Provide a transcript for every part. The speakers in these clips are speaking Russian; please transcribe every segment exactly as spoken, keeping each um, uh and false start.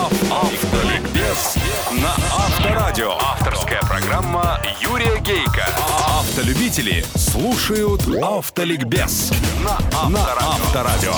Автоликбез на Авторадио. Авторская программа Юрия Гейка. Автолюбители слушают Автоликбез на Авторадио.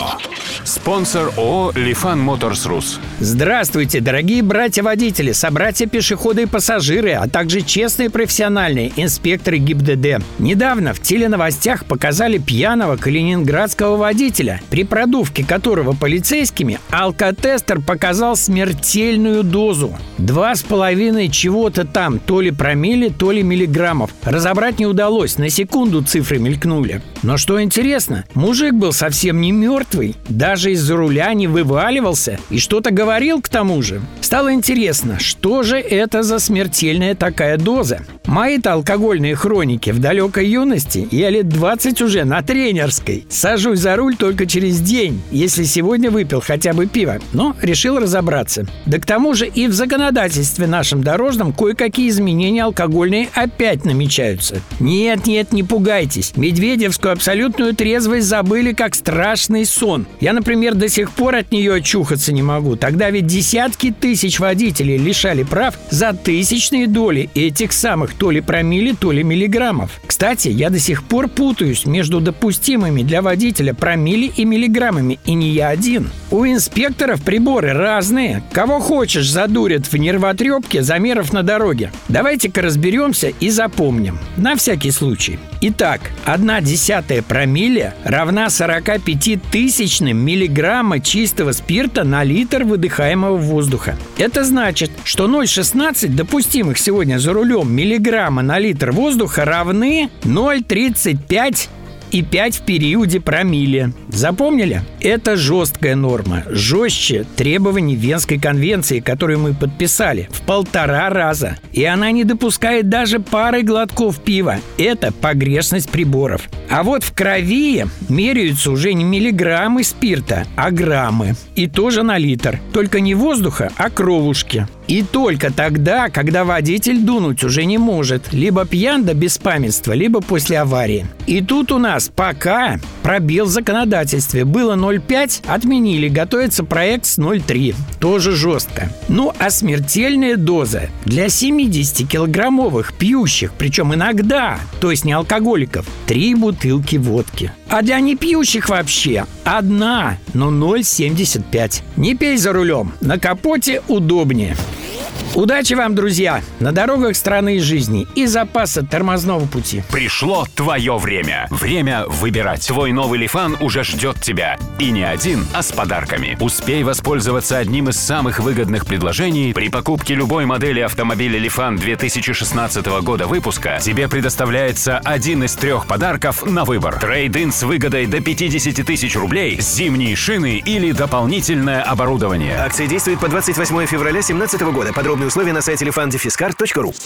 Спонсор ООО «Лифан Моторс Рус». Здравствуйте, дорогие братья-водители, собратья-пешеходы и пассажиры, а также честные профессиональные инспекторы ГИБДД. Недавно в теленовостях показали пьяного калининградского водителя, при продувке которого полицейскими алкотестер показал смертельную дозу. Два с половиной чего-то там, то ли промилле, то ли миллиграммов. Разобрать не удалось, на секунду цифры мелькнули. Но что интересно, мужик был совсем не мертвый, даже из-за руля не вываливался и что-то говорил к тому же. Стало интересно, что же это за смертельная такая доза? Мои-то алкогольные хроники в далекой юности, я лет двадцать уже на тренерской. Сажусь за руль только через день, если сегодня выпил хотя бы пиво. Но решил разобраться. Да к тому же и в законодательстве нашем дорожном кое-какие изменения алкогольные опять намечаются. Нет-нет, не пугайтесь. Медведевскую абсолютную трезвость забыли как страшный сон. Я, например, до сих пор от нее очухаться не могу. Тогда ведь десятки тысяч водителей лишали прав за тысячные доли этих самых то ли промилле, то ли миллиграммов. Кстати, я до сих пор путаюсь между допустимыми для водителя промилле и миллиграммами, и не я один. У инспекторов приборы разные. Кого хочешь задурят в нервотрепке замеров на дороге. Давайте-ка разберемся и запомним. На всякий случай. Итак, одна десятая промилле равна сорока пяти тысячным миллиграмма чистого спирта на литр выдыхаемого воздуха. Это значит, что ноль целых шестнадцать допустимых сегодня за рулем миллиграмма на литр воздуха равны ноль целых тридцать пять и пять в периоде промилле. Запомнили? Это жесткая норма, жестче требований Венской конвенции, которую мы подписали, в полтора раза. И она не допускает даже пары глотков пива. Это погрешность приборов. А вот в крови меряются уже не миллиграммы спирта, а граммы. И тоже на литр. Только не воздуха, а кровушки. И только тогда, когда водитель дунуть уже не может. Либо пьян до беспамятства, либо после аварии. И тут у нас пока пробел в законодательстве. Было ноль целых пять, отменили. Готовится проект с ноль целых три. Тоже жестко. Ну, а смертельная доза для семидесятикилограммовых пьющих, причем иногда, то есть не алкоголиков, три бутылки водки. А для непьющих вообще одна, но ноль целых семьдесят пять. Не пей за рулем. На капоте удобнее. Удачи вам, друзья, на дорогах страны и жизни и запаса тормозного пути. Пришло твое время. Время выбирать. Твой новый Лифан уже ждет тебя. И не один, а с подарками. Успей воспользоваться одним из самых выгодных предложений. При покупке любой модели автомобиля Лифан две тысячи шестнадцатого года выпуска тебе предоставляется один из трех подарков на выбор. Трейд-ин с выгодой до пятьдесят тысяч рублей, зимние шины или дополнительное оборудование. Акция действует по двадцать восьмое февраля две тысячи семнадцатого года. Подробные условия на сайте лифан дефис кар точка ру.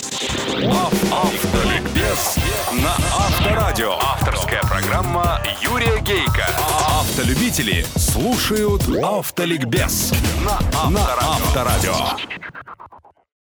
Автоликбез на Авторадио. Авторская программа Юрия Гейка. Автолюбители слушают Автоликбез на Авторадио.